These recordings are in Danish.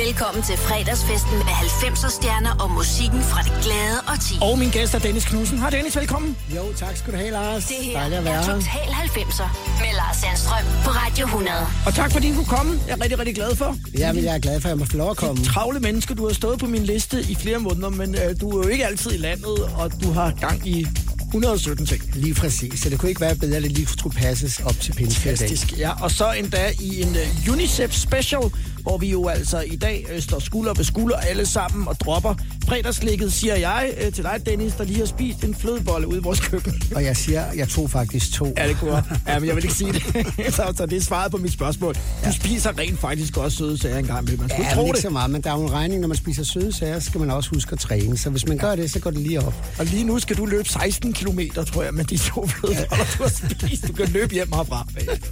Velkommen til fredagsfesten med 90'er stjerner og musikken fra det glade årti. Og min gæst er Dennis Knudsen. Hej Dennis, velkommen. Jo, tak skal du have, Lars. Det her er Total 90'er med Lars Sandstrøm på Radio 100. Og tak fordi du kom. Jeg er rigtig, rigtig glad for. Jamen, jeg er glad for, at jeg må få lov at komme. Travle mennesker, du har stået på min liste i flere måneder, men du er jo ikke altid i landet, og du har gang i 117 ting. Lige præcis, så det kunne ikke være bedre, at det lige skulle passes op til pinseferie. Fantastisk, ja. Og så endda i en UNICEF special, hvor vi jo altså i dag står skulder ved skulder alle sammen og dropper fredagslægget, siger jeg til dig, Dennis, der lige har spist en flødebolle ude i vores køkken. Og jeg siger, jeg tog faktisk 2. Ja, det kunne jeg. Ja, men jeg vil ikke sige det. så det er svaret på mit spørgsmål. Du spiser rent faktisk også søde sager en gang med. Man skulle tro ikke det. Så meget, men der er jo en regning, når man spiser søde sager, skal man også huske at træne. Så hvis man gør det, så går det lige op. Og lige nu skal du løbe 16 kilometer, tror jeg, med de 2 flødeboller, du har spist. Du kan løbe hjem herfra.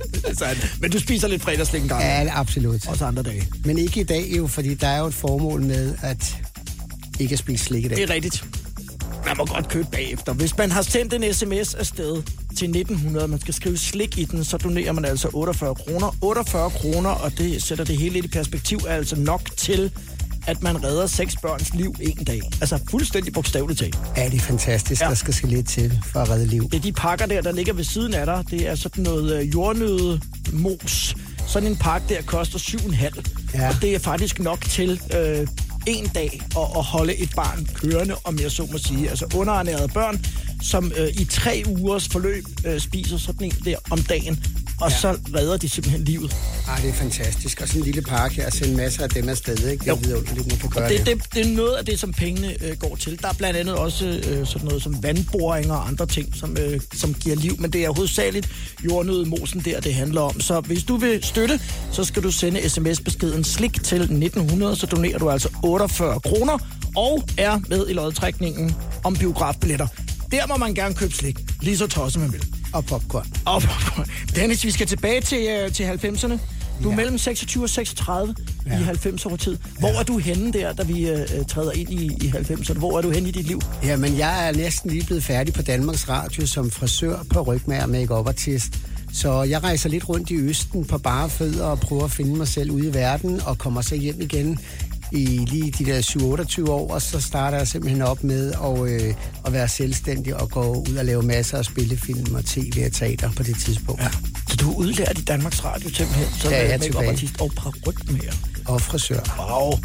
Men du spiser lidt fredagslæg en gang. Ja, absolut. Også andre dage. Men ikke i dag jo, fordi der er jo et formål med at ikke at spise slik i dag. Det er rigtigt. Man må godt købe bagefter. Hvis man har sendt en sms afsted til 1900, man skal skrive slik i den, så donerer man altså 48 kroner. 48 kroner, og det sætter det hele lidt i perspektiv, er altså nok til, at man redder 6 børns liv en dag. Altså fuldstændig bogstaveligt talt. Ja, det er fantastisk. Ja. Der skal lidt til for at redde liv. Det er de pakker der ligger ved siden af dig. Det er sådan noget jordnøde mos. Sådan en pakke der koster 7,5. Ja. Og det er faktisk nok til en dag at holde et barn kørende, om jeg så må sige. Altså underernærede børn, som i 3 ugers forløb spiser sådan en der om dagen. Og så redder de simpelthen livet. Det er fantastisk. Og sådan en lille pakke her, at sende masser af dem afsted, ikke? Det er vidunderligt, man kan gøre det er noget af det, som pengene går til. Der er blandt andet også sådan noget som vandboringer og andre ting, som giver liv. Men det er hovedsageligt jordnødmosen der, det handler om. Så hvis du vil støtte, så skal du sende sms-beskeden slik til 1900, så donerer du altså 48 kroner og er med i lodtrækningen om biografbilletter. Der må man gerne købe slik, lige så tosset man vil. Og popcorn. Dennis, vi skal tilbage til 90'erne. Du er mellem 26 og 36 i 90-årtid. Hvor er du henne der, da vi træder ind i 90'erne? Hvor er du henne i dit liv? Jamen, jeg er næsten lige blevet færdig på Danmarks Radio som frisør på rygmager make-up artist. Så jeg rejser lidt rundt i Østen på bare fødder og prøver at finde mig selv ude i verden og kommer så hjem igen i lige de der 27-28 år, og så starter jeg simpelthen op med at være selvstændig og gå ud og lave masser af spillefilm og tv og teater på det tidspunkt. Ja. Så du er udlært i Danmarks Radio simpelthen? Så ja, jeg er tilbage. Og parrykmager. Og frisør. Wow.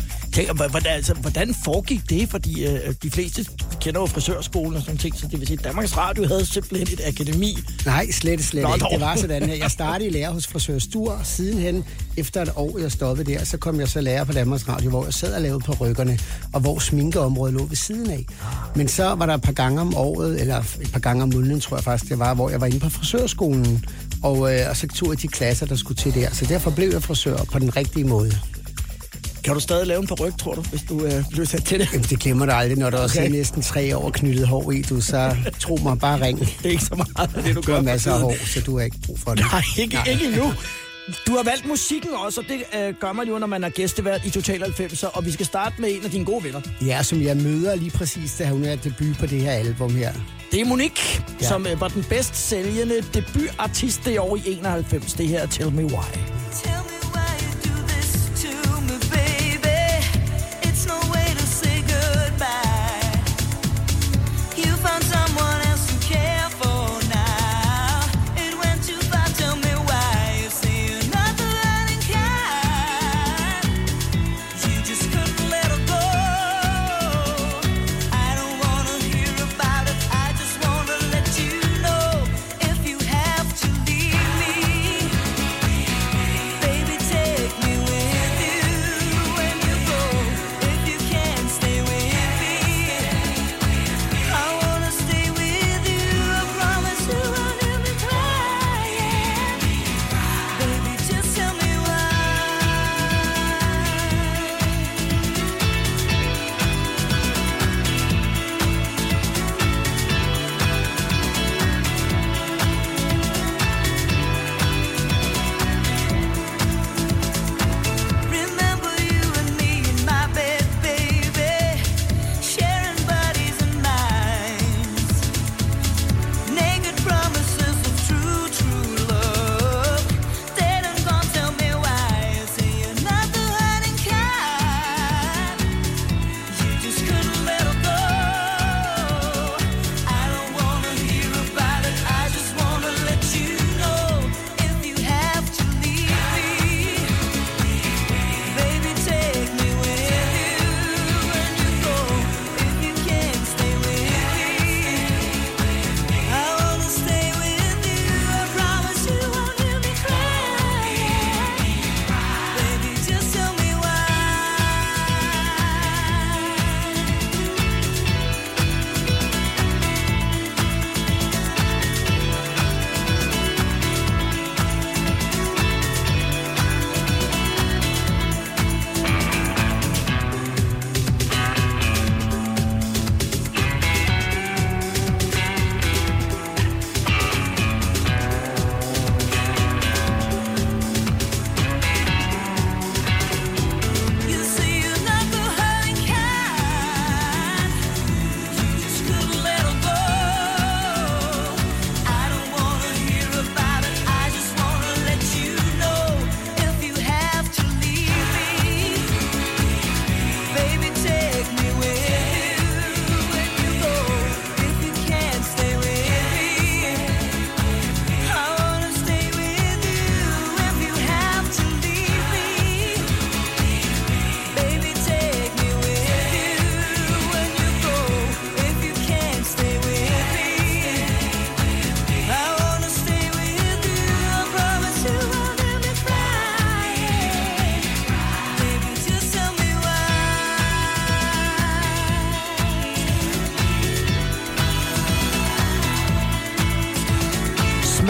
Hvordan foregik det? Fordi de fleste kender jo frisørskolen og sådan ting, så det vil sige, at Danmarks Radio havde simpelthen et akademi. Nej, slet ikke. Det var sådan her. Jeg startede i lære hos frisør Stur. Sidenhen, efter et år, jeg stoppede der, så kom jeg så lærer på Danmarks Radio, hvor jeg sad og lavede på ryggerne, og hvor sminkeområdet lå ved siden af. Men så var der et par gange om året, eller et par gange om måneden, tror jeg faktisk, det var, hvor jeg var inde på frisørskolen, og så tog jeg de klasser, der skulle til der. Så derfor blev jeg frisør på den rigtige måde. Kan du stadig lave en paryk, tror du, hvis du bliver sat til det? Jamen, det glemmer du aldrig, når der også er næsten 3 år knyttet hår i, så tro mig, bare ring. Det er ikke så meget af det, du gør. Du har masser af hår, så du har ikke brug for det. Nej, ikke endnu. Du har valgt musikken også, og det gør man jo, når man er gæstevært i Total 90'er, og vi skal starte med en af dine gode venner. Ja, som jeg møder lige præcis, da hun er debut på det her album her. Det er Monique, som var den bedst sælgende debutartist det år i 91. Det her Tell Me Why.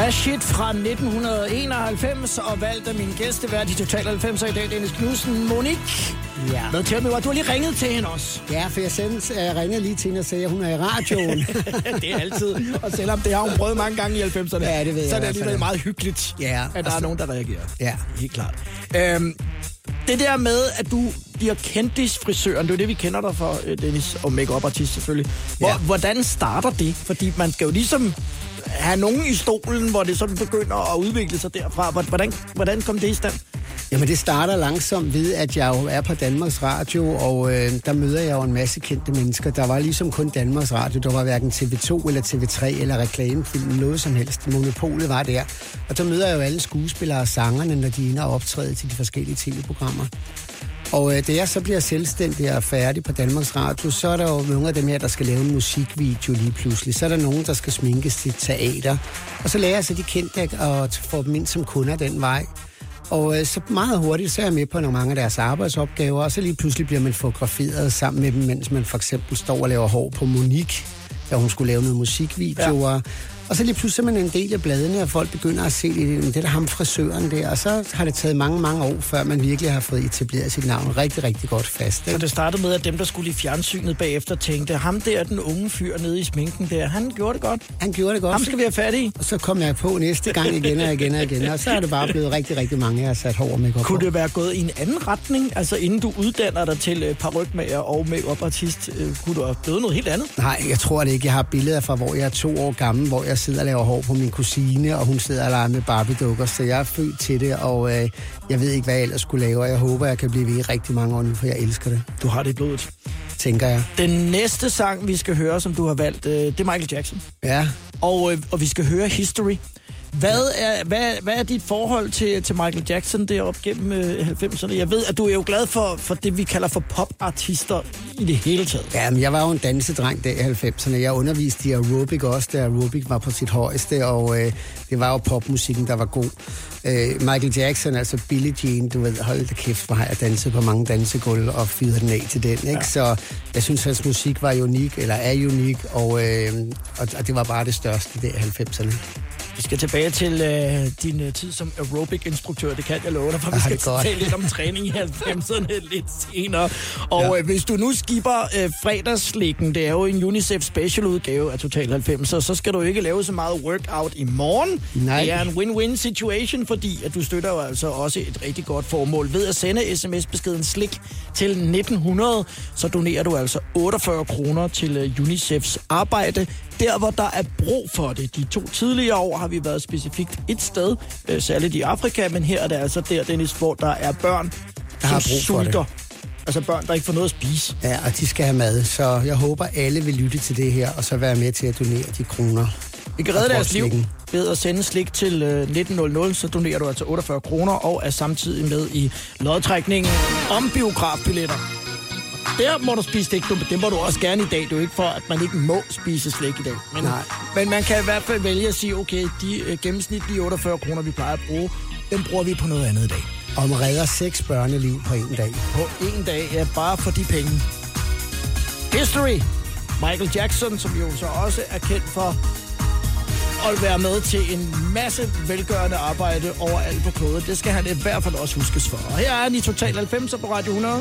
Smash hit fra 1991, og valgt af min gæstevært i Total 90'er i dag, Dennis Knudsen. Monique, hvad til mig? Du har lige ringet til hende også. Ja, for jeg ringede lige til hende og sagde, at hun er i radioen. Det er altid, og selvom det har hun prøvet mange gange i 90'erne, ja, det ved jeg, så er det alligevel meget hyggeligt, at der er nogen, der reagerer. Ja. Helt klart. Det der med, at du bliver kendisfrisøren, det er jo det, vi kender dig for, Dennis, og make-up-artist selvfølgelig. Hvordan starter det? Fordi man skal jo ligesom have nogen i stolen, hvor det sådan begynder at udvikle sig derfra. Hvordan kom det i stand? Jamen, det starter langsomt ved, at jeg jo er på Danmarks Radio, og der møder jeg jo en masse kendte mennesker. Der var ligesom kun Danmarks Radio. Der var hverken TV2 eller TV3 eller reklamefilm, noget som helst. Monopolet var der. Og der møder jeg jo alle skuespillere og sangerne, når de er inde og optræder til de forskellige tv-programmer. Og da jeg så bliver selvstændig og færdig på Danmarks Radio, så er der jo nogle af dem her, der skal lave en musikvideo lige pludselig. Så er der nogen, der skal sminkes til teater. Og så lærer jeg så de kendte og får dem ind som kunder den vej. Og så meget hurtigt, så er jeg med på mange af deres arbejdsopgaver, og så lige pludselig bliver man fotograferet sammen med dem, mens man for eksempel står og laver hår på Monique, da hun skulle lave noget musikvideoer. Ja. Og så lige pludselig er man en del af bladene, og folk begynder at se det er der ham frisøren der. Og så har det taget mange år, før man virkelig har fået etableret sit navn rigtig, rigtig godt fast. Ikke? Så det startede med, at dem, der skulle i fjernsynet bagefter, tænkte, ham der, den unge fyr nede i sminken der, han gjorde det godt. Han gjorde det godt. Ham skal vi have fat i. Og så kom jeg på næste gang igen og igen. Og så er det bare blevet rigtig, rigtig mange, jeg har sat hår og make-up. Kunne det være gået i en anden retning? Altså inden du uddanner dig til parrykmager og make-up-artist, kunne du have blevet noget helt andet? Nej, jeg tror det ikke. Jeg har billeder fra, hvor jeg er 2 år gammel, hvor jeg sidder og laver hår på min kusine, og hun sidder og leger med Barbie-dukker, så jeg er født til det, og jeg ved ikke, hvad jeg ellers skulle lave, og jeg håber, jeg kan blive ved i rigtig mange år nu, for jeg elsker det. Du har det i blodet. Tænker jeg. Den næste sang, vi skal høre, som du har valgt, det er Michael Jackson. Ja. Og vi skal høre History. Hvad er dit forhold til Michael Jackson deroppe gennem 90'erne? Jeg ved, at du er jo glad for det, vi kalder for popartister i det hele taget. Ja, men jeg var jo en dansedreng der i 90'erne. Jeg underviste i aerobic også, da aerobic var på sit højeste, og det var jo popmusikken, der var god. Michael Jackson, altså Billie Jean, du ved, hold da kæft, hvor har jeg danset på mange dansegulv og fyrede den af til den, ikke? Ja. Så jeg synes, hans musik var unik, eller er unik, og det var bare det største der i 90'erne. Vi skal tilbage til din tid som aerobic-instruktør, det kan jeg love dig, for vi skal tale lidt om træning i 90'erne lidt senere. Og hvis du nu skipper fredagsslikken, det er jo en UNICEF special udgave af Total 90'er, så skal du ikke lave så meget workout i morgen. Nej. Det er en win-win situation, fordi at du støtter jo altså også et rigtig godt formål. Ved at sende sms-beskeden slik til 1900, så donerer du altså 48 kroner til UNICEFs arbejde, der hvor der er brug for det. De 2 tidligere år har vi været specifikt et sted, særligt i Afrika, men her er det altså der, Dennis, hvor der er børn, der har brug for det. Altså børn, der ikke får noget at spise. Ja, og de skal have mad, så jeg håber, alle vil lytte til det her, og så være med til at donere de kroner. Vi kan redde deres liv ved at sende slik til 1900, så donerer du altså 48 kroner, og er samtidig med i lodtrækningen om biografbilletter. Der må du spise slik, det må du også gerne i dag. Det er jo ikke for, at man ikke må spise slik i dag. Men man kan i hvert fald vælge at sige, okay, de gennemsnitlige 48 kroner, vi plejer at bruge, dem bruger vi på noget andet i dag. Og man redder 6 børneliv på en dag. På en dag, ja, bare for de penge. History. Michael Jackson, som jo så også er kendt for at være med til en masse velgørende arbejde overalt på kloden. Det skal han i hvert fald også huskes for. Og her er han i Total 90 på Radio 100.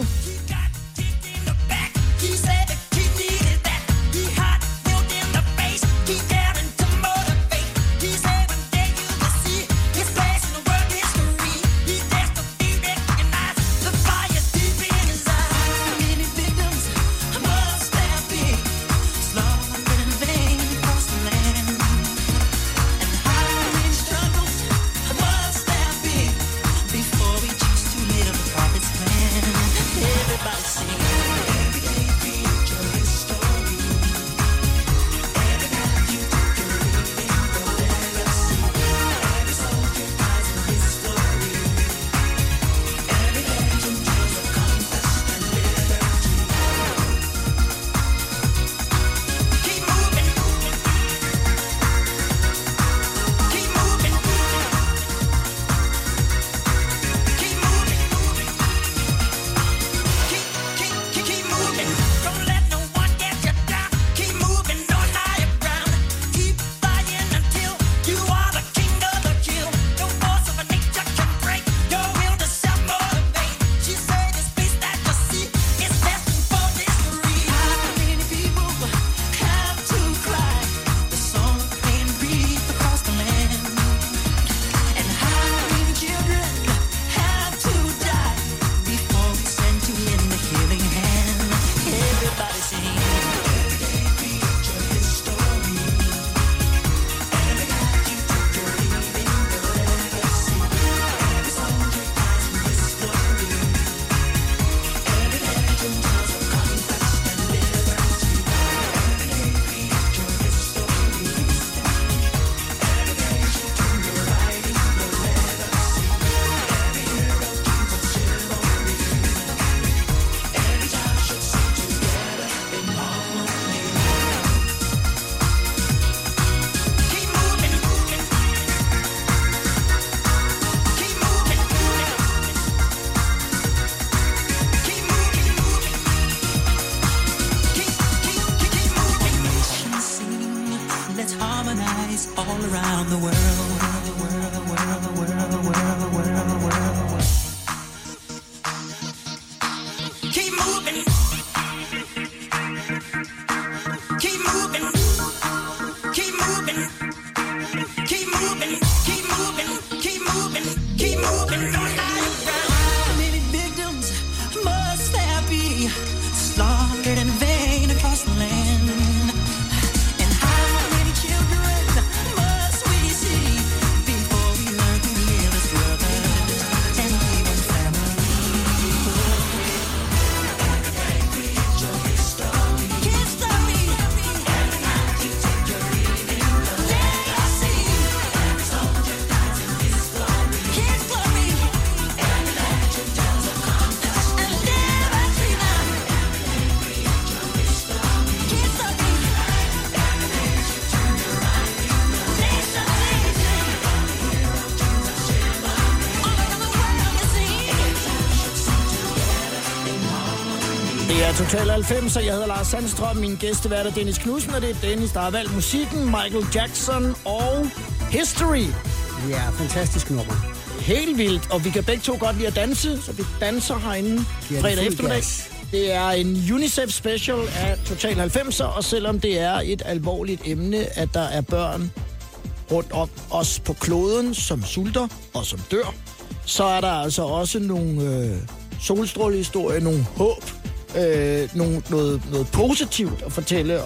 keep moving on. How many victims must there be slaughtered in vain across the land? And how many children must we see before we learn to live as brothers and even family? Can't stop me. Det er Total 90, og jeg hedder Lars Sandstrøm. Min gæstevært er Dennis Knudsen, og det er Dennis, der har valgt musikken. Michael Jackson og History. Ja, fantastisk nummer. Helt vildt, og vi kan begge to godt lide at danse, så vi danser herinde fredag eftermiddag. Det er en UNICEF special af Total 90'er, og selvom det er et alvorligt emne, at der er børn rundt om os på kloden, som sulter og som dør, så er der altså også nogle solstrålehistorier, nogle håb, noget positivt at fortælle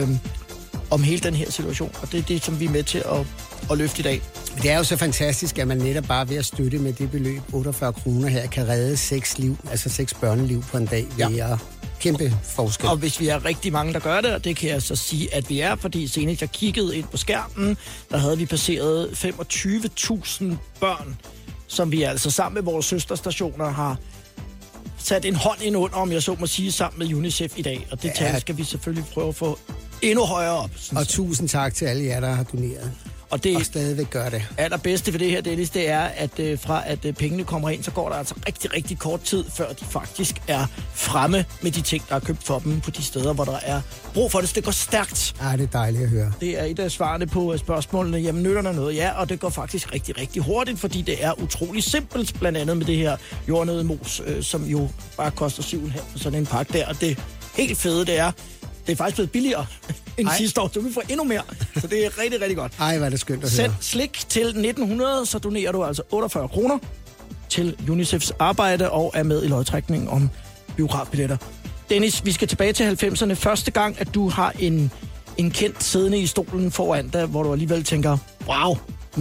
om hele den her situation. Og det er det, som vi er med til at løfte i dag. Det er jo så fantastisk, at man netop bare ved at støtte med det beløb, 48 kroner her, kan redde 6 liv, altså 6 børneliv på en dag ved at kæmpe forskel. Og hvis vi er rigtig mange, der gør det, og det kan jeg så sige, at vi er, fordi senest jeg kiggede ind på skærmen, der havde vi passeret 25.000 børn, som vi altså sammen med vores søsterstationer har sat en hånd ind under, om jeg så må sige, sammen med UNICEF i dag. Og det tal skal vi selvfølgelig prøve at få endnu højere op. Og tusind tak til alle jer, der har doneret. Og stadigvæk gør det. Allerbedste for det her, Dennis, det er, at fra at pengene kommer ind, så går der altså rigtig, rigtig kort tid, før de faktisk er fremme med de ting, der er købt for dem på de steder, hvor der er brug for det. Så det går stærkt. Ja, det er dejligt at høre. Det er et af svarene på spørgsmålene. Jamen, nytter der noget? Ja, og det går faktisk rigtig, rigtig hurtigt, fordi det er utrolig simpelt, blandt andet med det her jordnøddemos, som jo bare koster 7,5 for sådan en pakke der. Og det helt fede, det er faktisk blevet billigere end sidste år, så vi får endnu mere. Så det er rigtig, rigtig godt. Ej, hvad er det skønt at høre. Send slik til 1900, så donerer du altså 48 kroner til UNICEFs arbejde og er med i lodtrækningen om biografbilletter. Dennis, vi skal tilbage til 90'erne. Første gang, at du har en kendt siddende i stolen foran dig, hvor du alligevel tænker, wow,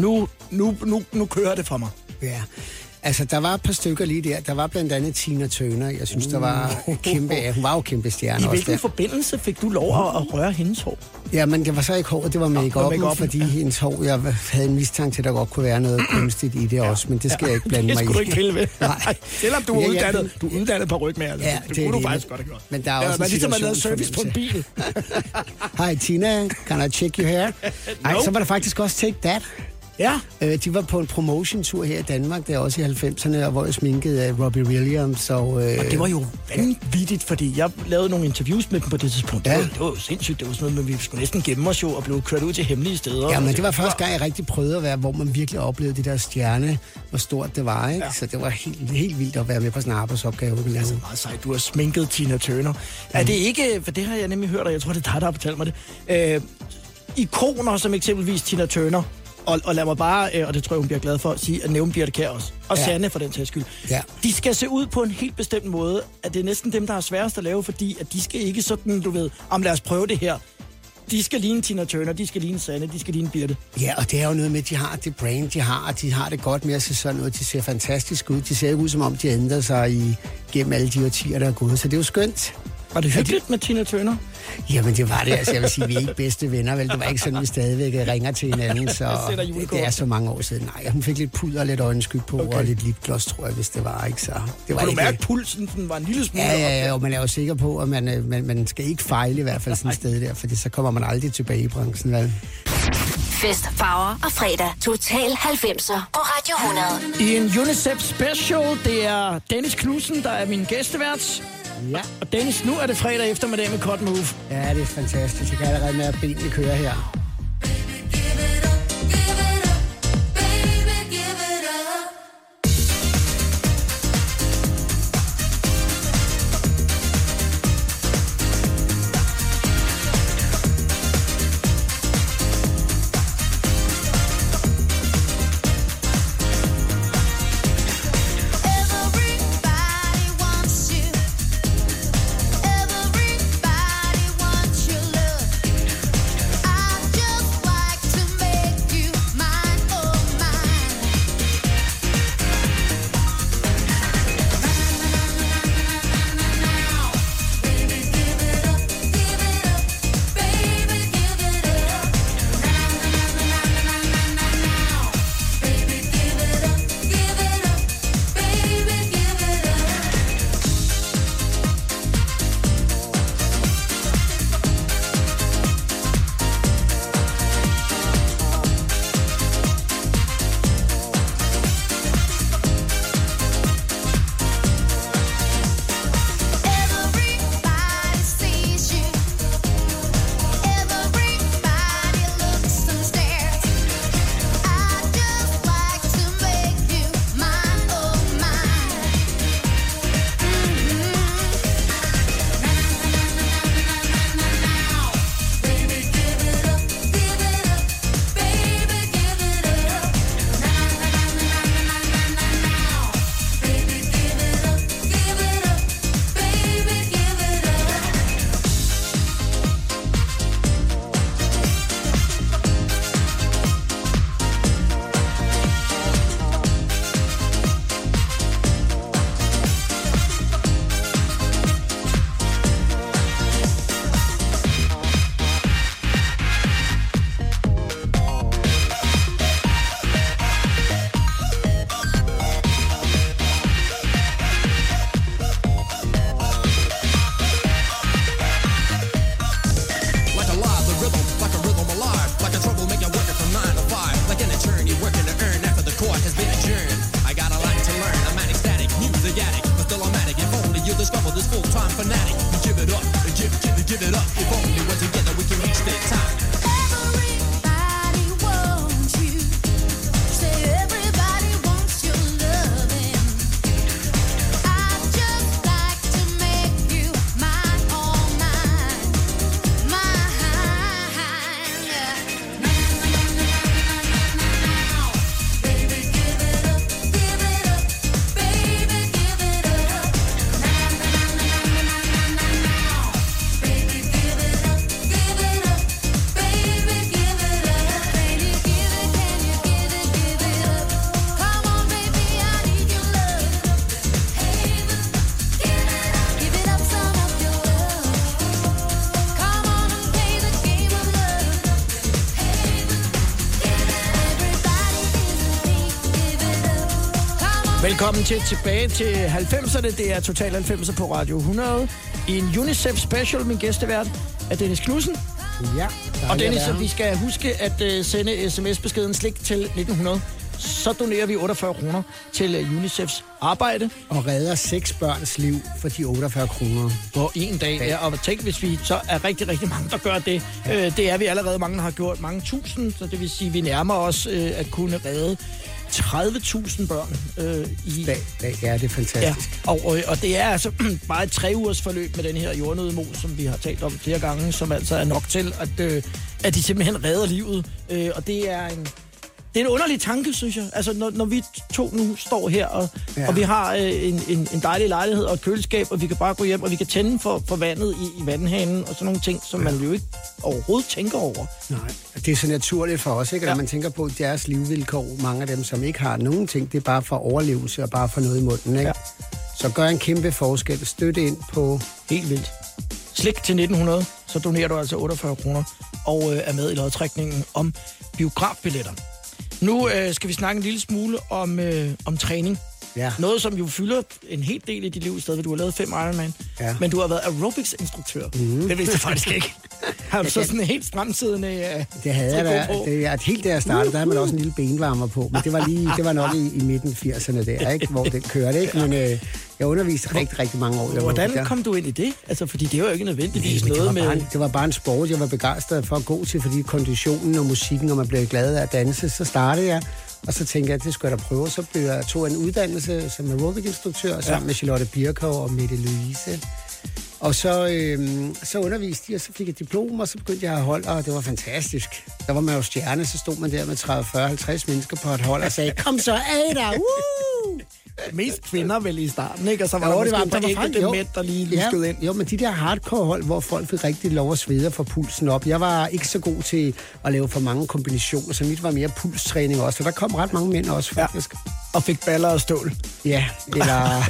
nu kører det for mig. Ja. Altså, der var et par stykker lige der. Der var blandt andet Tina Turner. Jeg synes, der var kæmpe... Hun var jo kæmpe stjerne. I hvilken forbindelse fik du lov at røre hendes hår? Ja, men det var så ikke hår, det var make-up, fordi hendes hår... Jeg havde en mistanke til, at der godt kunne være noget kunstigt i det også, men det skal jeg ikke blande mig i. Det skulle du ikke pille ved. Nej. Selvom du er uddannet, du er uddannet på ryg med, altså. Ja, det kunne du faktisk godt have gjort. Men der er også man ligesom har lavet service på en bil. Hej Tina, can I check your hair? Ej, så var der faktisk også Take That. Ja. De var på en promotion-tur her i Danmark, der også i 90'erne, hvor jeg sminkede Robbie Williams. Og det var jo vanvittigt, fordi jeg lavede nogle interviews med dem på det tidspunkt. Ja. Det var jo sindssygt, det var sådan noget, men vi skulle næsten gemme os jo og blev kørt ud til hemmelige steder. Ja, men det var første gang, jeg rigtig prøvede at være, hvor man virkelig oplevede de der stjerne, hvor stort det var, ikke? Ja. Så det var helt vildt at være med på sådan en arbejdsopgave. Det er så meget sejt, du har sminket Tina Turner. Er det ikke, for det har jeg nemlig hørt, og jeg tror, det er dig, der har fortalt mig det, ikoner som eksempelvis Tina Turner, og lad mig bare, og det tror jeg, hun bliver glad for, at sige, at nævne Birte Kjær også. Og Sanne for den sags skyld. Ja. De skal se ud på en helt bestemt måde, at det er næsten dem, der er sværest at lave, fordi at de skal ikke sådan, du ved, lad os prøve det her. De skal ligne Tina Turner, de skal ligne Sanne, de skal ligne Birte. Ja, og det er jo noget med, at de har det brand, de har, og de har det godt med at se sådan ud. De ser fantastisk ud. De ser ud, som om de ændrer sig gennem alle de årtier, der er gået. Så det er jo skønt. Var det hyggeligt med Tina Turner? Jamen, det var det. Altså, jeg vil sige, vi er ikke bedste venner, vel? Det var ikke sådan, vi stadigvæk ringer til hinanden, så det er så mange år siden. Nej, hun fik lidt pudder og lidt øjenskyld på, og lidt lipgloss, tror jeg, hvis det var, ikke så... Det var kunne du mærke, at pulsen var en lille smule? Ja, og man er jo sikker på, at man skal ikke fejle i hvert fald sådan et sted der, for så kommer man aldrig tilbage i branchen, vel? Fest, farver og fredag. Total 90'er på Radio 100. I en UNICEF special, det er Dennis Knudsen, der er min gæstevært. Ja. Og Dennis, nu er det fredag eftermiddag med Cut Move. Ja, det er fantastisk. Jeg kan allerede med at benene køre her. Velkommen tilbage til 90'erne. Det er Total 90'er på Radio 100. I en UNICEF special. Min gæstevært er Dennis Knudsen. Ja. Og Dennis, vi skal huske at sende sms-beskeden slik til 1900. Så donerer vi 48 kroner til UNICEFs arbejde. Og redder 6 børns liv for de 48 kroner. På en dag. Ja, og tænk, hvis vi så er rigtig, rigtig mange, der gør det. Ja. Det er vi allerede mange, der har gjort. Mange tusind. Så det vil sige, at vi nærmer os at kunne redde 30.000 børn i dag. Ja, det er fantastisk. Ja, og det er altså bare et 3 ugers forløb med den her jordnødemo, som vi har talt om flere gange, som altså er nok til, at de simpelthen redder livet. Og det er en underlig tanke, synes jeg. Altså, når vi to nu står her, og vi har en dejlig lejlighed og et køleskab, og vi kan bare gå hjem, og vi kan tænde for vandet i vandhanen, og sådan nogle ting, som man jo ikke overhovedet tænker over. Nej, det er så naturligt for os, ikke? Når man tænker på deres livsvilkår, mange af dem, som ikke har nogen ting, det er bare for overlevelse og bare for noget i munden, ikke? Ja. Så gør en kæmpe forskel. Støtte ind på helt vildt. Slik til 1900, så donerer du altså 48 kroner, og er med i lodtrækningen om biografbilletter. Nu skal vi snakke en lille smule om træning. Ja. Noget, som jo fylder en hel del i dit liv i stedet, for du har lavet 5 Ironman. Ja. Men du har været aerobics-instruktør. Det vidste jeg faktisk ikke. Har du så sådan en helt stramsiddende det havde jeg da. Det er helt der jeg startede, der havde man også en lille benvarmer på. Men det var nok i midten 80'erne der, ikke? Hvor det kørte, ikke? Men jeg underviste rigtig mange år. Hvordan kom du ind i det? Altså, fordi det var jo ikke nødvendigvis noget med... Det var bare en sport, jeg var begejstret for at gå til, fordi konditionen og musikken, og man blev glad af at danse, så startede jeg. Og så tænkte jeg, at det skulle jeg da prøve. Så tog jeg en uddannelse som aerobic-instruktør sammen med Charlotte Birkow og Mette Louise. Og så underviste de, og så fik jeg diplom, og så begyndte jeg at holde, og det var fantastisk. Der var man jo stjerne, så stod man der med 30, 40, 50 mennesker på et hold og sagde, kom så af dig! Mest kvinder vel i starten, ikke? Og så var der måske enkelte mænd, der lige luskede ind. Jo, men de der hardcore hold, hvor folk fik rigtig lov at svede for pulsen op. Jeg var ikke så god til at lave for mange kombinationer, så mit var mere pulstræning også. Så der kom ret mange mænd også, faktisk. Ja. Og fik baller og stål. Ja, eller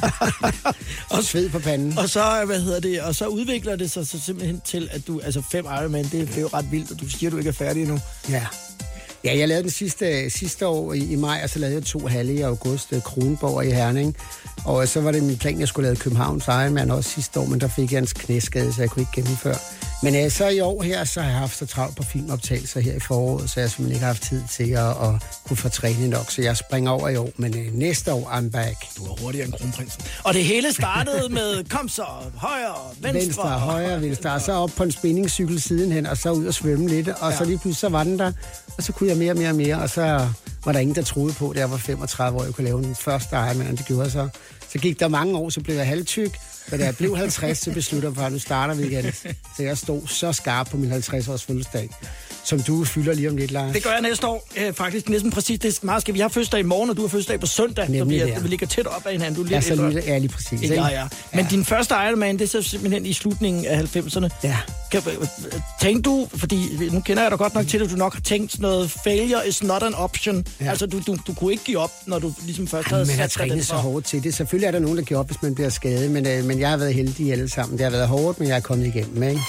og sved på panden. Og så, og så udvikler det sig så simpelthen til, at du, altså 5 Ironman, det er jo ret vildt, og du siger, at du ikke er færdig endnu. Ja. Ja, jeg lavede den sidste år i maj, og så lavede jeg 2 halve i august, Kronborg i Herning. Og så var det min plan, at jeg skulle lave Københavns Ironman også sidste år, men der fik jeg en knæskade, så jeg kunne ikke gennemføre. Men så i år her, så har jeg haft så travlt på filmoptagelser her i foråret, så jeg simpelthen ikke har haft tid til at kunne få trænet nok, så jeg springer over i år, men næste år, I'm back. Du er hurtigere end kronprinsen. Og det hele startede med, kom så, højre, venstre. Højre, venstre, og så op på en spændingscykel sidenhen, og så ud og svømme lidt, og så lige pludselig så var den der, og så kunne jeg mere, og så var der ingen, der troede på, da jeg var 35 år, jeg kunne lave den første Ironman, og det gjorde jeg så. Så gik der mange år, så blev jeg halvtyk, og da jeg blev 50, så besluttede jeg for, at nu starter vi igen. Så jeg stod så skarp på min 50-års fødselsdag, som du fylder lige om lidt, Lars. Det gør jeg næste år. Faktisk næsten præcis. Det er meget skal vi har fødselsdag i morgen, og du har fødselsdag på søndag. Så vi ligger tæt op af hinanden. Du er lige præcis. Ja. Men din første Ironman, det er så simpelthen i slutningen af 90'erne. Ja. Tænkte du, fordi nu kender jeg dig godt nok til, at du nok har tænkt sådan noget, failure is not an option. Ja. Altså, du kunne ikke give op, når du ligesom først havde sat dig. Man har trænet så hårdt til det. Selvfølgelig er der nogen, der giver op, hvis man bliver skadet, men jeg har været heldig alle sammen. Det har været hårdt, men jeg er kommet igennem, ikke?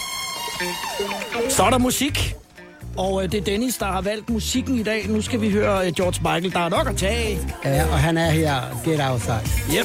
Så er der musik. Og det er Dennis, der har valgt musikken i dag. Nu skal vi høre George Michael. Der er nok at tage. Ja, og han er her. Get Outside. Yep.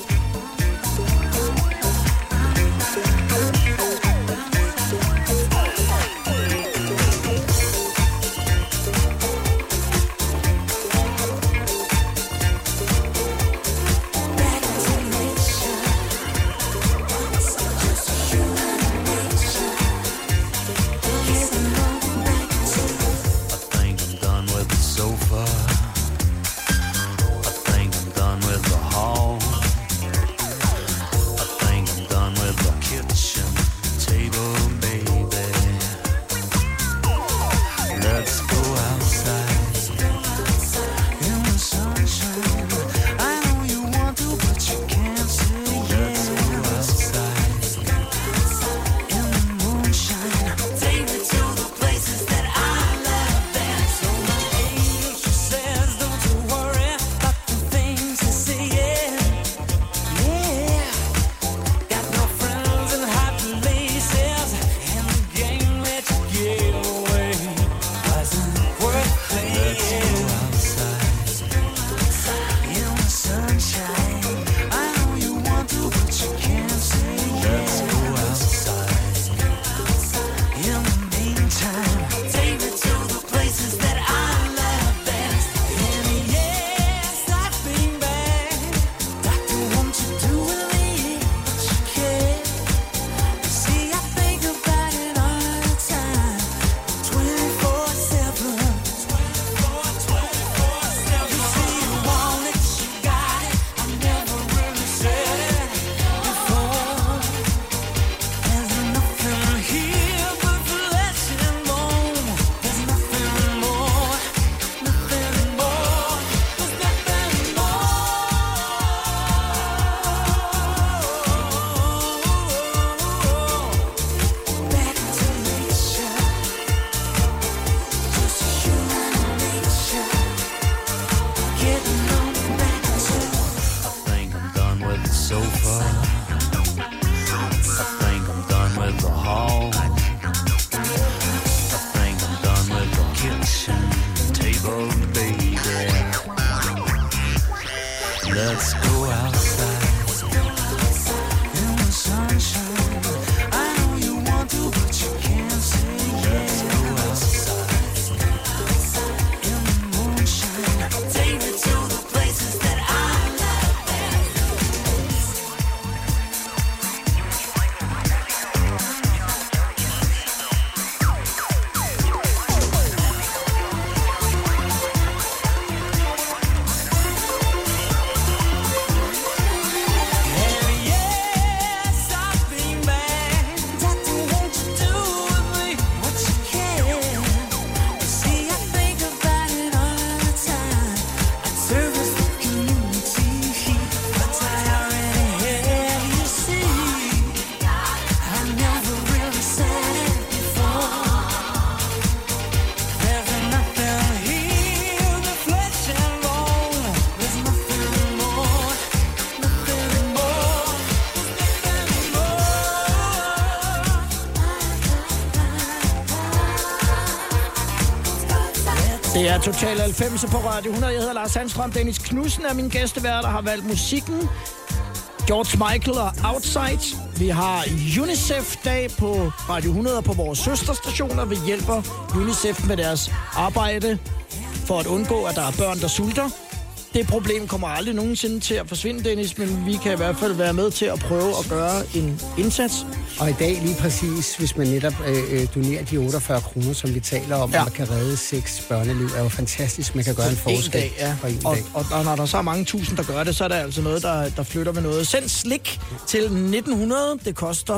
sofa. I think I'm done with the hall. I think I'm done with the kitchen table, baby. Let's go outside in the sunshine. I know you want to, but you can't say yes. Let's go outside in the moonshine. Take me to the places that I love best. Det er Total 90 på Radio 100. Jeg hedder Lars Sandstrøm. Dennis Knudsen er min gæstevært, der har valgt musikken. George Michael og Outside. Vi har UNICEF-dag på Radio 100 og på vores søsterstationer. Vi hjælper UNICEF med deres arbejde for at undgå, at der er børn, der sulter. Det problem kommer aldrig nogensinde til at forsvinde, Dennis, men vi kan i hvert fald være med til at prøve at gøre en indsats. Og i dag lige præcis, hvis man netop donerer de 48 kroner, som vi taler om, man kan redde 6 børneliv, er jo fantastisk. Man kan gøre en forskel på en dag. Og når der så er mange tusind, der gør det, så er der altså noget, der flytter med noget. Send slik til 1900. Det koster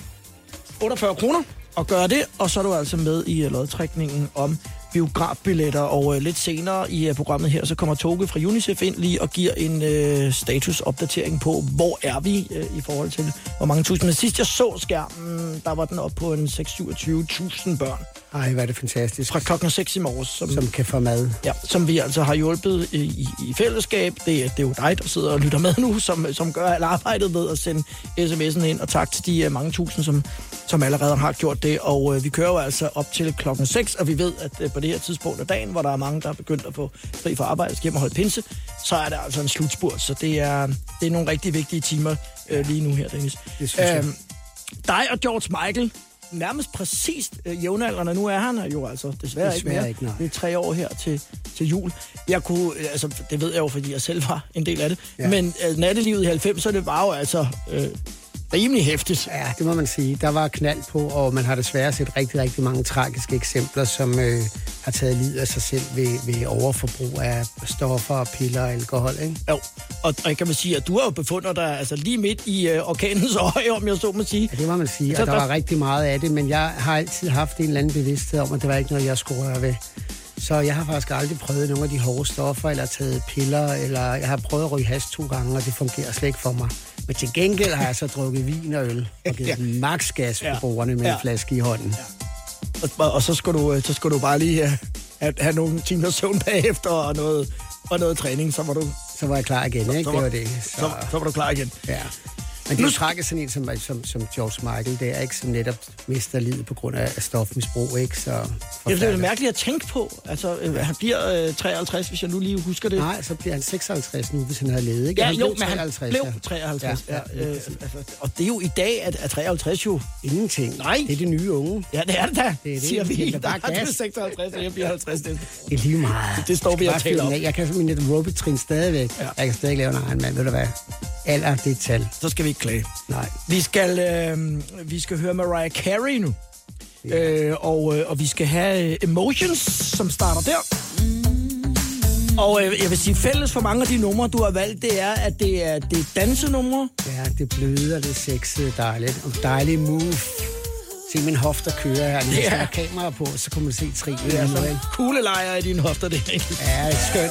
48 kroner at gøre det, og så er du altså med i lodtrækningen om biografbilletter, og lidt senere i programmet her, så kommer Toge fra UNICEF ind lige og giver en statusopdatering på, hvor er vi i forhold til, hvor mange tusind. Men sidst jeg så skærmen, der var den op på en 26.000 børn. Ej, hvad er det fantastisk. Fra klokken 6 i morges. Som kan få mad. Ja, som vi altså har hjulpet i fællesskab. Det er jo dig, der sidder og lytter med nu, som gør alt arbejdet ved at sende sms'en ind. Og tak til de mange tusind, som allerede har gjort det. Og vi kører jo altså op til klokken 6, og vi ved, at på det her tidspunkt af dagen, hvor der er mange, der er begyndt at få fri fra arbejde, skal hjem og holde pinse, så er der altså en slutspurt. Så det er nogle rigtig vigtige timer lige nu her, Dennis. Det synes jeg. Dig og George Michael, nærmest præcist jævnaldrende. Nu er han jo altså desværre ikke mere. Det er 3 år her til jul. Jeg kunne, altså det ved jeg jo, fordi jeg selv var en del af det, men nattelivet i 90'erne var jo altså rimelig hæftigt. Ja, det må man sige. Der var knald på, og man har desværre set rigtig, rigtig mange tragiske eksempler, som har taget livet af sig selv ved overforbrug af stoffer, piller og alkohol, ikke? Jo, og jeg kan man sige, at du har jo befundet dig altså lige midt i orkanens øje, om jeg så må sige. Ja, det må man sige, og der var rigtig meget af det, men jeg har altid haft en eller anden bevidsthed om, at det var ikke noget, jeg skulle røre ved. Så jeg har faktisk aldrig prøvet nogle af de hårde stoffer, eller taget piller, eller jeg har prøvet at ryge hash 2 gange, og det fungerer slet ikke for mig. Men til gengæld har jeg så drukket vin og øl, og givet maks gas på brugerne med en flaske i hånden. Ja. Og så skulle du bare lige have nogle timer søvn bagefter, og noget træning, så var jeg klar igen, ikke? Det var det. Så var du klar igen. Ja. Men det er jo tragisk sådan en som George Michael, det er ikke, som netop mister livet på grund af stofmisbrug, ikke? Så det er jo mærkeligt at tænke på. Altså, han bliver 53, hvis jeg nu lige husker det. Nej, så bliver han 56 nu, hvis han har levet, ikke? Ja, han blev 53. Ja. Og det er jo i dag, at 53 jo ingenting. Nej. Det er det nye unge. Ja, det er det da, siger vi. Der er gas. 56, og jeg bliver 50. Det er lige meget. Det står vi at tale om. Jeg kan min aerobic-trin stadigvæk. Ja. Jeg kan stadig lave en Ironman, ved du hvad? Alder, det er et tal. Så skal vi ikke klage. Nej. Vi skal høre Mariah Carey nu. Ja. Og vi skal have Emotions, som starter der. Og jeg vil sige, fælles for mange af de numre, du har valgt, det er, at det er dansenumre. Ja, det er bløde, og det er sexet, dejligt. Og dejligt move. Se min hofter kører her. Når jeg har kamera på, så kommer du se trin. Det er sådan kuglelejer i dine hofter, det er ikke. Ja, det er skønt.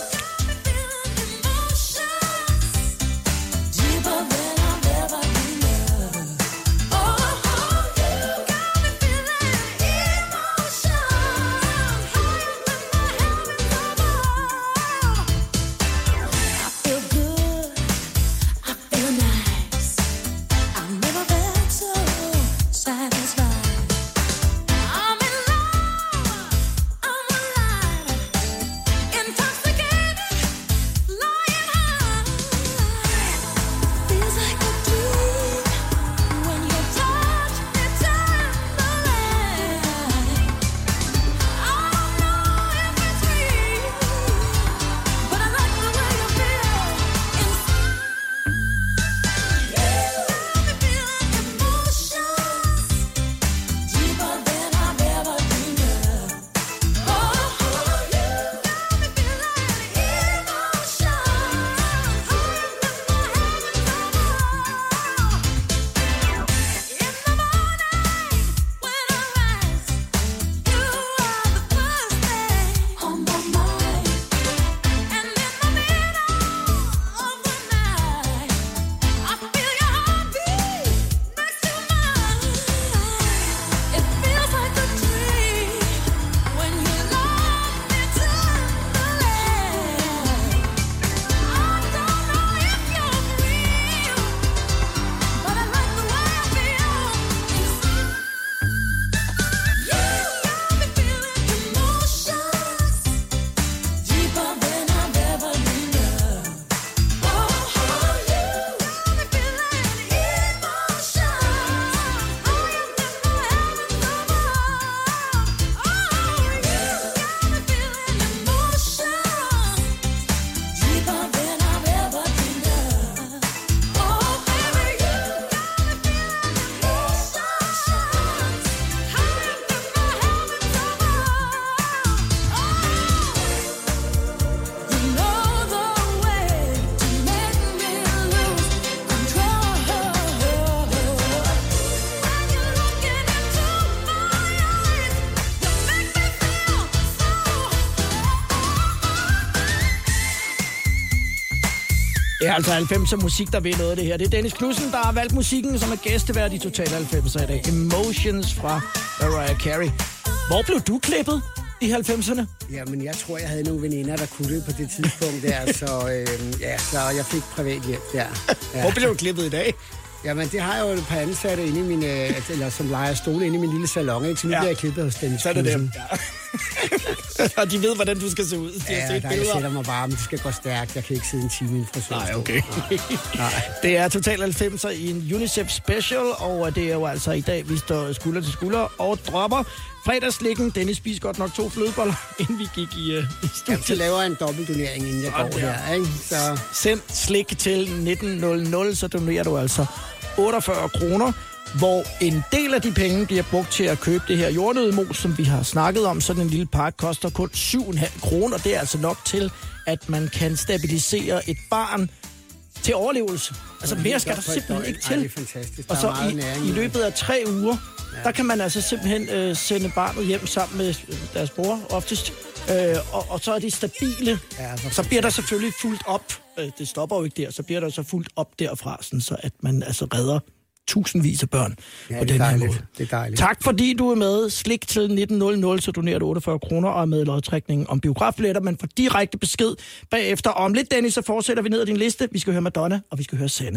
er altså 90'er musik, der ved noget af det her. Det er Dennis Knudsen, der har valgt musikken, som er gæstevært i Total 90'er i dag. Emotions fra Mariah Carey. Hvor blev du klippet i 90'erne? Jamen, jeg tror, jeg havde nogle veninder, der kunne det på det tidspunkt der, så jeg fik privat hjælp der. Ja. Hvor blev du klippet i dag? Jamen, det har jeg jo et par ansatte inde i min, eller som leger stole inde i min lille salon, ikke? Så nu bliver jeg klippet hos Dennis Knudsen. Så er det dem, ja. Og de ved, hvordan du skal se ud. De har set der jeg sætter mig bare, men det skal gå stærkt. Jeg kan ikke sidde en time i en frisør. Nej, okay. Nej. Det er Total 90'er i en UNICEF special, og det er jo altså i dag, vi står skulder til skulder og dropper fredagslikken. Dennis spiser godt nok 2 flødeboller, inden vi gik i studiet. Jamen, så laver jeg en dobbeltdonering, inden jeg går her, ikke? Så send slik til 1900, så donerer du altså 48 kroner, hvor en del af de penge bliver brugt til at købe det her jordnøddemos, som vi har snakket om. Sådan en lille pakke koster kun 7,5 kroner. Det er altså nok til, at man kan stabilisere et barn til overlevelse. Altså mere skal der simpelthen ikke til. Det er fantastisk. Og så i løbet af 3 uger, der kan man altså simpelthen sende barnet hjem sammen med deres bror oftest. Og så er de stabile. Så bliver der selvfølgelig fuldt op. Det stopper jo ikke der. Så bliver der så fuldt op derfra, sådan så at man altså redder tusindvis af børn på den her måde. Det er dejligt. Tak fordi du er med. Slik til 1900, så donerer du 48 kroner og er med i lodtrækningen om biografbilletter. Man får direkte besked bagefter. Om lidt, Dennis, så fortsætter vi ned ad din liste. Vi skal høre Madonna, og vi skal høre Sanne.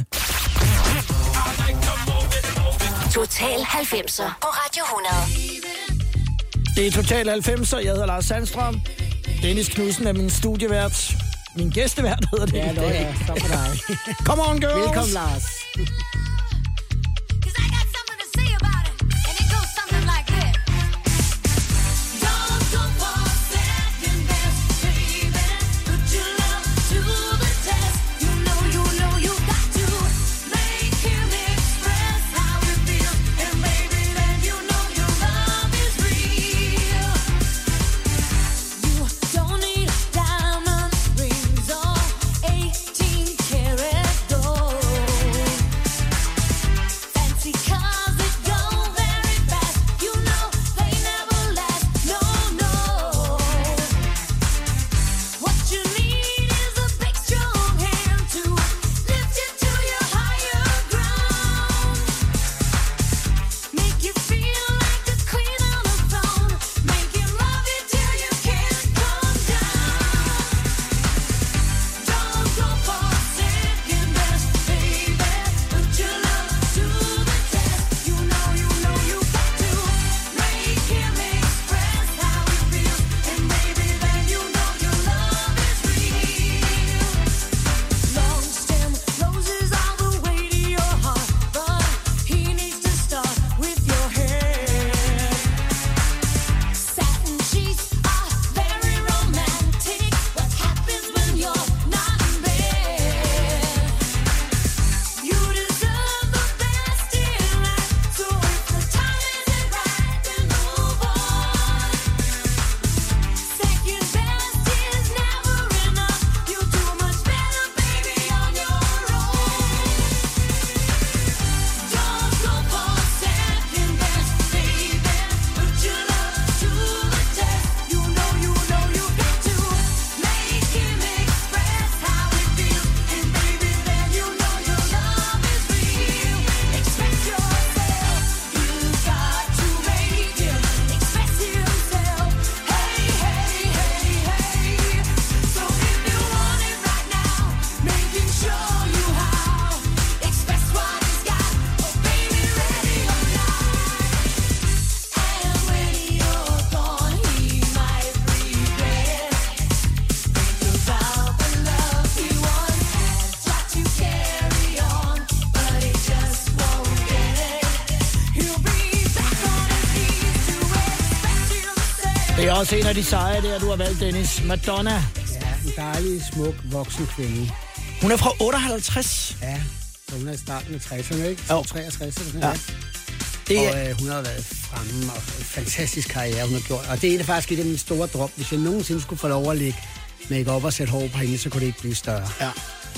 Total 90'er på Radio 100. Det er Total 90'er. Jeg hedder Lars Sandstrøm. Dennis Knudsen er min studievært. Min gæstevært hedder det. Ja, ja. Tak for dig. Come on, girls. Velkommen, Lars. Det er også en af de sejre, der du har valgt, Dennis. Madonna. Ja, en dejlig, smuk, voksen kvinde. Hun er fra 58. Ja, så hun er i starten af 60'erne, ikke? Jo. 63 eller sådan Ja. Og hun har været fremme, og en fantastisk karriere, hun har gjort. Og det er faktisk et af mine store drøm. Hvis jeg nogensinde skulle få lov at lægge make-up og sætte hår på hende, så kunne det ikke blive større. Ja.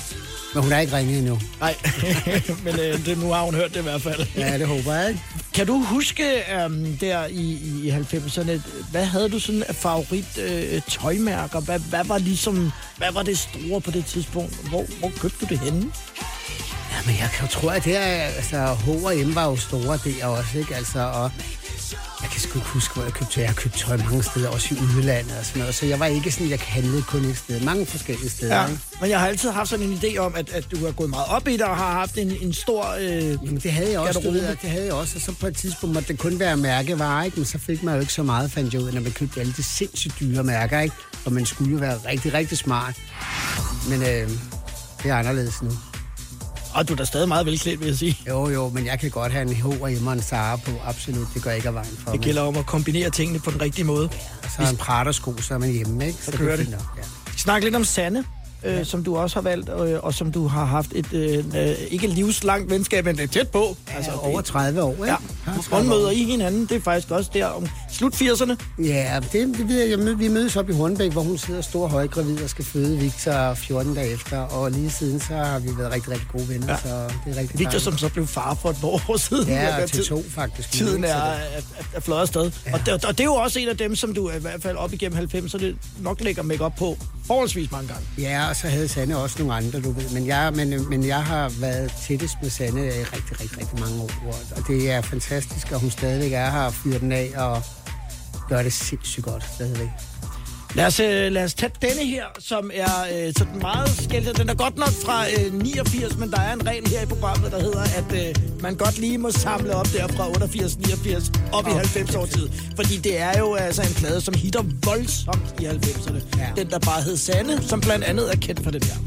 Men hun er ikke ringet endnu. Nej, men nu har hun hørt det i hvert fald. Ja, det håber jeg, ikke? Kan du huske der i 90'erne, hvad havde du sådan af favorit tøjmærker? Hvad var det store på det tidspunkt? Hvor købte du det henne? Jamen, jeg kan jo tro, at det er, altså, H&M var jo store der også, ikke? Altså, og jeg kan sgu ikke huske, hvor jeg købte. Jeg har købt tøj mange steder, også i udlandet og sådan noget. Så jeg var ikke sådan, jeg handlede kun et sted. Mange forskellige steder, ikke? Men jeg har altid haft sådan en idé om, at du har gået meget op i det og har haft en stor Jamen, det havde jeg også, du ved, det havde jeg også. Og så på et tidspunkt måtte det kun være mærkevarer, ikke? Men så fik man jo ikke så meget, fandt jeg ud, når man købte alle de sindssygt dyre mærker, ikke? Og man skulle jo være rigtig, rigtig smart. Men det er anderledes nu. Og du er da stadig meget velklædt, vil jeg sige. Jo, men jeg kan godt have en H&M og en Zara på. Absolut, det går ikke af vejen for mig. Det gælder om at kombinere tingene på den rigtige måde. Og så en Prada-sko, så er man hjemme, ikke? Så kører det. Nok, ja. Snak lidt om Sanne, som du også har valgt, og som du har haft et ikke livslangt venskab, men det er tæt på. Ja, altså over 30 år, ikke? Ja, hvordan møder I hinanden? Det er faktisk også der om slut 80'erne. Ja, det ved jeg. Vi mødes op i Hornbæk, hvor hun sidder stor højgravid og skal føde Victor 14 dage efter. Og lige siden, så har vi været rigtig, rigtig gode venner, så det er rigtig Victor, dejligt. som så blev far for et år siden. Ja, til 2 faktisk. Tiden er flot afsted. Ja. Og det er jo også en af dem, som du i hvert fald op igennem 90'erne nok lægger make-up på forholdsvis mange gange. Ja, og så havde Sanne også nogle andre, du ved. Men jeg har været tættest med Sanne i rigtig, rigtig, rigtig mange år. Og det er fantastisk, at hun stadigvæk er her og fyrer den af og gør det sindssygt godt stadigvæk. Lad os tage denne her, som er sådan meget skældet. Den er godt nok fra 89, men der er en regel her i programmet, der hedder, at man godt lige må samle op der fra 88-89 op i 90 år tid. Fordi det er jo altså en plade, som hitter voldsomt i 90'erne. Ja. Den, der bare hed Sanne, som blandt andet er kendt for det der.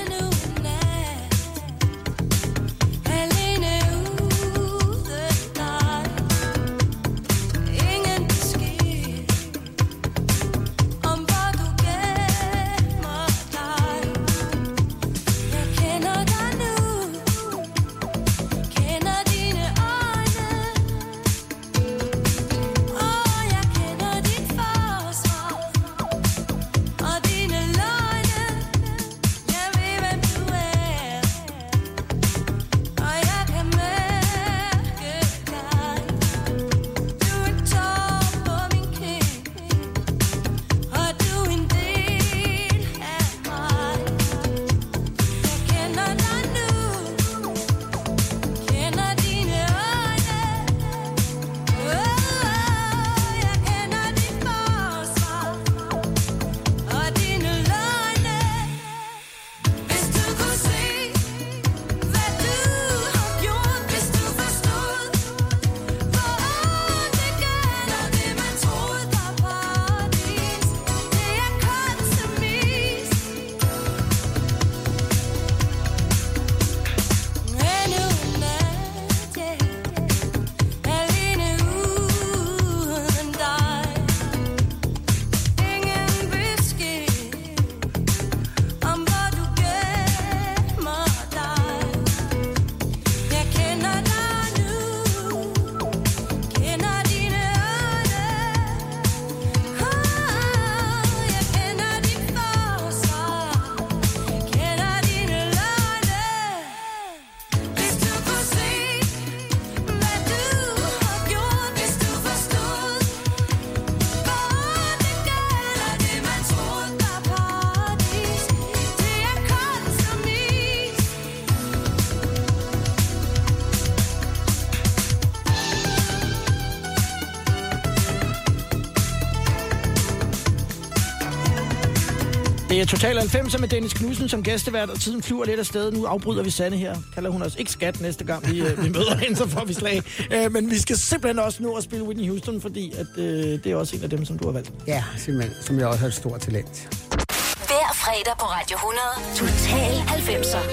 Det er Total 90 med Dennis Knudsen som gæstevært, og tiden flyver lidt afsted. Nu afbryder vi Sanne her. Kalder hun os ikke skat næste gang, vi møder hende, så får vi slag. Men vi skal simpelthen også nå at spille Whitney Houston, fordi at, det er også en af dem, som du har valgt. Ja, simpelthen. Som jeg også har et stort talent. Hver fredag på Radio 100. Total 90'er.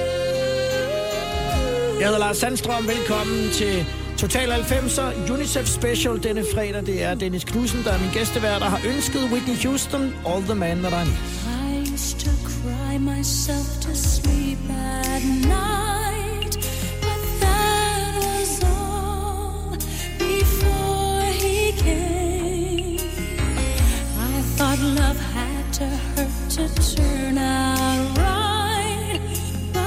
Jeg hedder Lars Sandstrøm. Velkommen til Total 90'er UNICEF Special denne fredag. Det er Dennis Knudsen, der er min gæstevært, der har ønsket Whitney Houston, All the Man That I Need. I used to cry myself to sleep at night, but that was all before he came. I thought love had to hurt to turn out right, but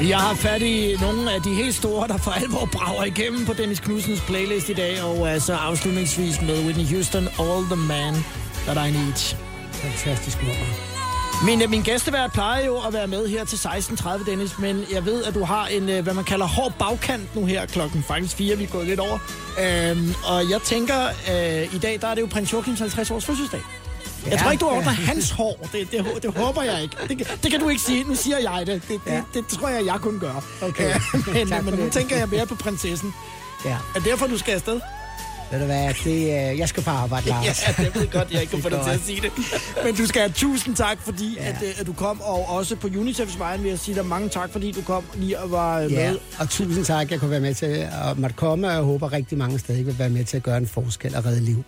Vi har fat i nogle af de helt store, der for alvor brager igennem på Dennis Knudsens playlist i dag, og altså afslutningsvis med Whitney Houston, All the Man That I Need. Fantastisk nummer. Min gæstevært plejer jo at være med her til 16.30, Dennis, men jeg ved, at du har en, hvad man kalder hård bagkant nu her klokken faktisk 4, vi er gået lidt over. Og jeg tænker, i dag der er det jo prins Joachims 50 års fødselsdag. Jeg tror ikke, du ordner hans hår. Det håber jeg ikke. Det kan du ikke sige. Nu siger jeg det. Det tror jeg kunne gøre. Okay. Men nu tænker jeg mere på prinsessen. Ja. Er det derfor, du skal afsted? Ved du hvad, jeg skal på arbejde, Lars. Ja, det ved godt, jeg ikke kan få dig til at sige det. Men du skal have tusind tak, fordi at du kom, og også på UNICEFs vejen vil jeg sige dig mange tak, fordi du kom lige og var med. Og tusind tak, jeg kunne være med til at måtte komme, og jeg håber rigtig mange stadig vil være med til at gøre en forskel og redde liv.